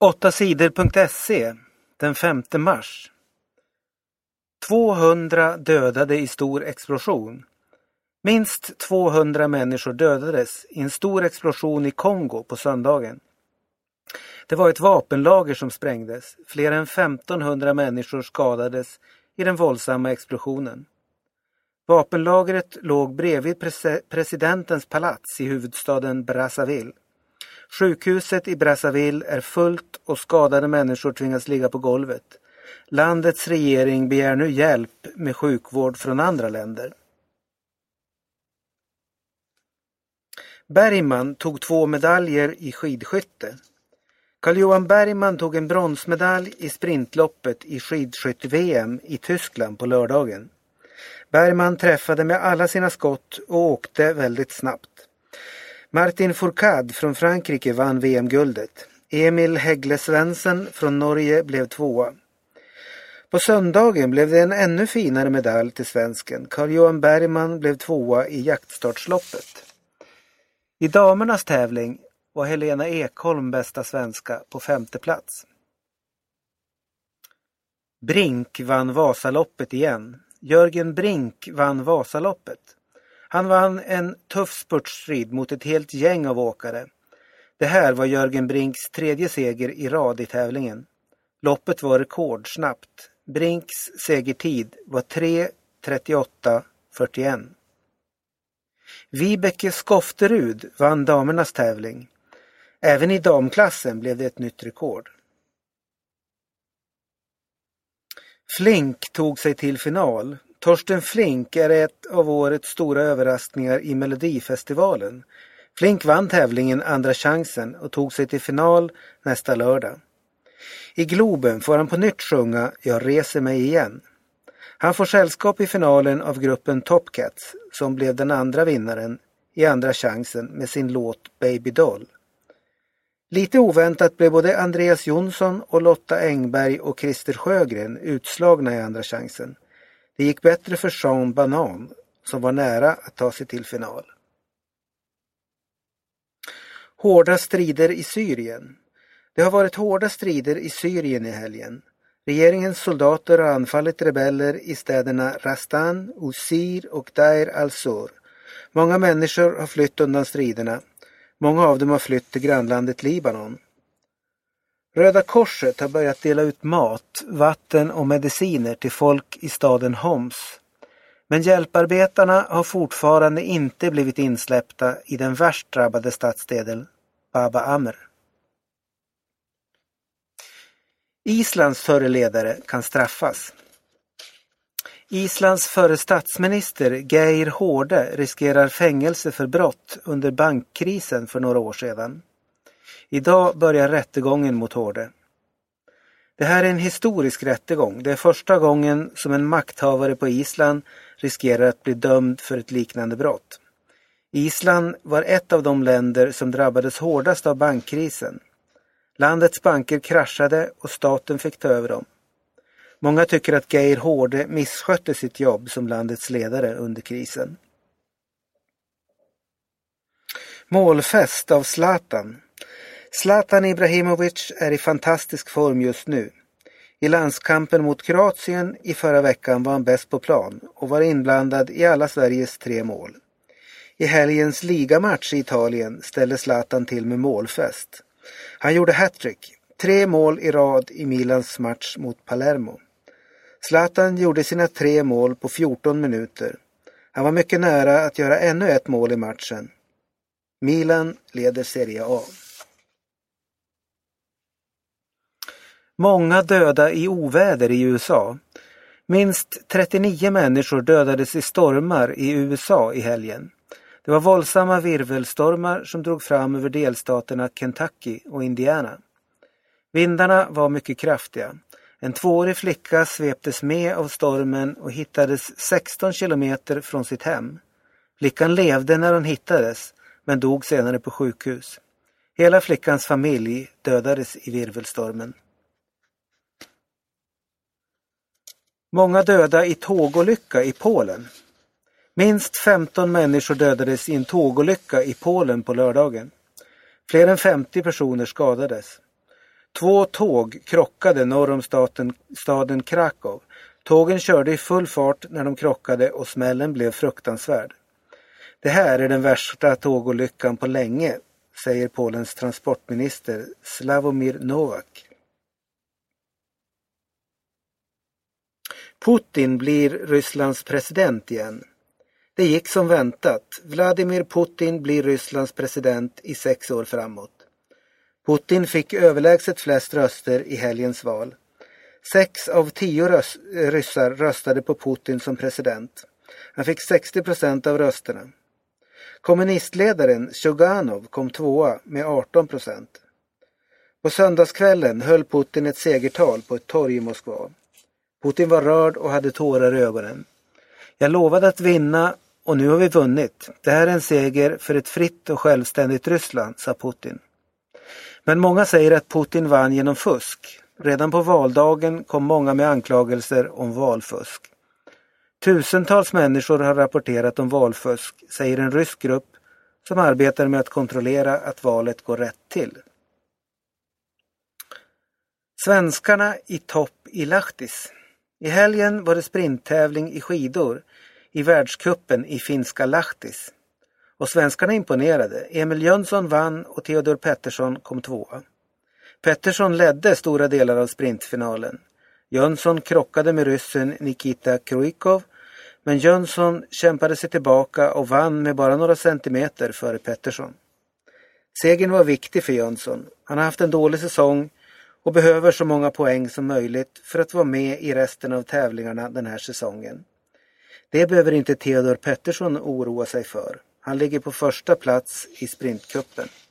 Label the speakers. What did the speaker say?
Speaker 1: 8sidor.se den 5 mars. 200 dödade i stor explosion. Minst 200 människor dödades i en stor explosion i Kongo på söndagen. Det var ett vapenlager som sprängdes. Fler än 1500 människor skadades i den våldsamma explosionen. Vapenlagret låg bredvid presidentens palats i huvudstaden Brazzaville. Sjukhuset i Brazzaville är fullt och skadade människor tvingas ligga på golvet. Landets regering begär nu hjälp med sjukvård från andra länder. Bergman tog 2 medaljer i skidskytte. Carl-Johan Bergman tog en bronsmedalj i sprintloppet i skidskytte-VM i Tyskland på lördagen. Bergman träffade med alla sina skott och åkte väldigt snabbt. Martin Fourcade från Frankrike vann VM-guldet. Emil Hegle Svensson från Norge blev 2. På söndagen blev det en ännu finare medalj till svensken. Carl-Johan Bergman blev 2 i jaktstartsloppet. I damernas tävling var Helena Ekholm bästa svenska på 5:e plats. Brink vann Vasaloppet igen. Jörgen Brink vann Vasaloppet. Han vann en tuff spurtstrid mot ett helt gäng av åkare. Det här var Jörgen Brinks 3:e seger i rad i tävlingen. Loppet var rekordsnabbt. Brinks segertid var 3:38:41. Vibeke Skofterud vann damernas tävling. Även i damklassen blev det ett nytt rekord. Flink tog sig till final. Torsten Flink är ett av årets stora överraskningar i Melodifestivalen. Flink vann tävlingen Andra chansen och tog sig till final nästa lördag. I Globen får han på nytt sjunga Jag reser mig igen. Han får sällskap i finalen av gruppen Top Cats som blev den andra vinnaren i Andra chansen med sin låt Baby Doll. Lite oväntat blev både Andreas Jonsson och Lotta Engberg och Christer Sjögren utslagna i Andra chansen. Det gick bättre för Sean Banan som var nära att ta sig till final. Hårda strider i Syrien. Det har varit hårda strider i Syrien i helgen. Regeringens soldater har anfallit rebeller i städerna Rastan, Usir och Deir al-Sur. Många människor har flytt undan striderna. Många av dem har flytt till grannlandet Libanon. Röda Korset har börjat dela ut mat, vatten och mediciner till folk i staden Homs. Men hjälparbetarna har fortfarande inte blivit insläppta i den värst drabbade stadsdelen Baba Amr. Islands förre ledare kan straffas. Islands förre statsminister Geir Haarde riskerar fängelse för brott under bankkrisen för några år sedan. Idag börjar rättegången mot Haarde. Det här är en historisk rättegång. Det är första gången som en makthavare på Island riskerar att bli dömd för ett liknande brott. Island var ett av de länder som drabbades hårdast av bankkrisen. Landets banker kraschade och staten fick ta över dem. Många tycker att Geir Haarde misskötte sitt jobb som landets ledare under krisen. Målfest av Zlatan. Zlatan Ibrahimovic är i fantastisk form just nu. I landskampen mot Kroatien i förra veckan var han bäst på plan och var inblandad i alla Sveriges 3 mål. I helgens ligamatch i Italien ställde Zlatan till med målfest. Han gjorde hattrick, 3 mål i rad i Milans match mot Palermo. Zlatan gjorde sina 3 mål på 14 minuter. Han var mycket nära att göra ännu ett mål i matchen. Milan leder Serie A. Många döda i oväder i USA. Minst 39 människor dödades i stormar i USA i helgen. Det var våldsamma virvelstormar som drog fram över delstaterna Kentucky och Indiana. Vindarna var mycket kraftiga. En 2-årig flicka sveptes med av stormen och hittades 16 kilometer från sitt hem. Flickan levde när hon hittades, men dog senare på sjukhus. Hela flickans familj dödades i virvelstormen. Många döda i tågolycka i Polen. Minst 15 människor dödades i en tågolycka i Polen på lördagen. Fler än 50 personer skadades. 2 tåg krockade norr om staden Krakow. Tågen körde i full fart när de krockade och smällen blev fruktansvärd. Det här är den värsta tågolyckan på länge, säger Polens transportminister Sławomir Nowak. Putin blir Rysslands president igen. Det gick som väntat. Vladimir Putin blir Rysslands president i 6 år framåt. Putin fick överlägset flest röster i helgens val. 6 av 10 ryssar röstade på Putin som president. Han fick 60% av rösterna. Kommunistledaren Sjuganov kom 2 med 18%. På söndagskvällen höll Putin ett segertal på ett torg i Moskva. Putin var rörd och hade tårar i ögonen. Jag lovade att vinna och nu har vi vunnit. Det här är en seger för ett fritt och självständigt Ryssland, sa Putin. Men många säger att Putin vann genom fusk. Redan på valdagen kom många med anklagelser om valfusk. Tusentals människor har rapporterat om valfusk, säger en rysk grupp som arbetar med att kontrollera att valet går rätt till. Svenskarna i topp i Lahtis. I helgen var det sprinttävling i skidor i världscupen i finska Lahtis. Och svenskarna imponerade. Emil Jönsson vann och Theodor Pettersson kom 2. Pettersson ledde stora delar av sprintfinalen. Jönsson krockade med ryssen Nikita Krujkov, men Jönsson kämpade sig tillbaka och vann med bara några centimeter före Pettersson. Segern var viktig för Jönsson. Han har haft en dålig säsong och behöver så många poäng som möjligt för att vara med i resten av tävlingarna den här säsongen. Det behöver inte Theodor Pettersson oroa sig för. Han ligger på första plats i sprintcupen.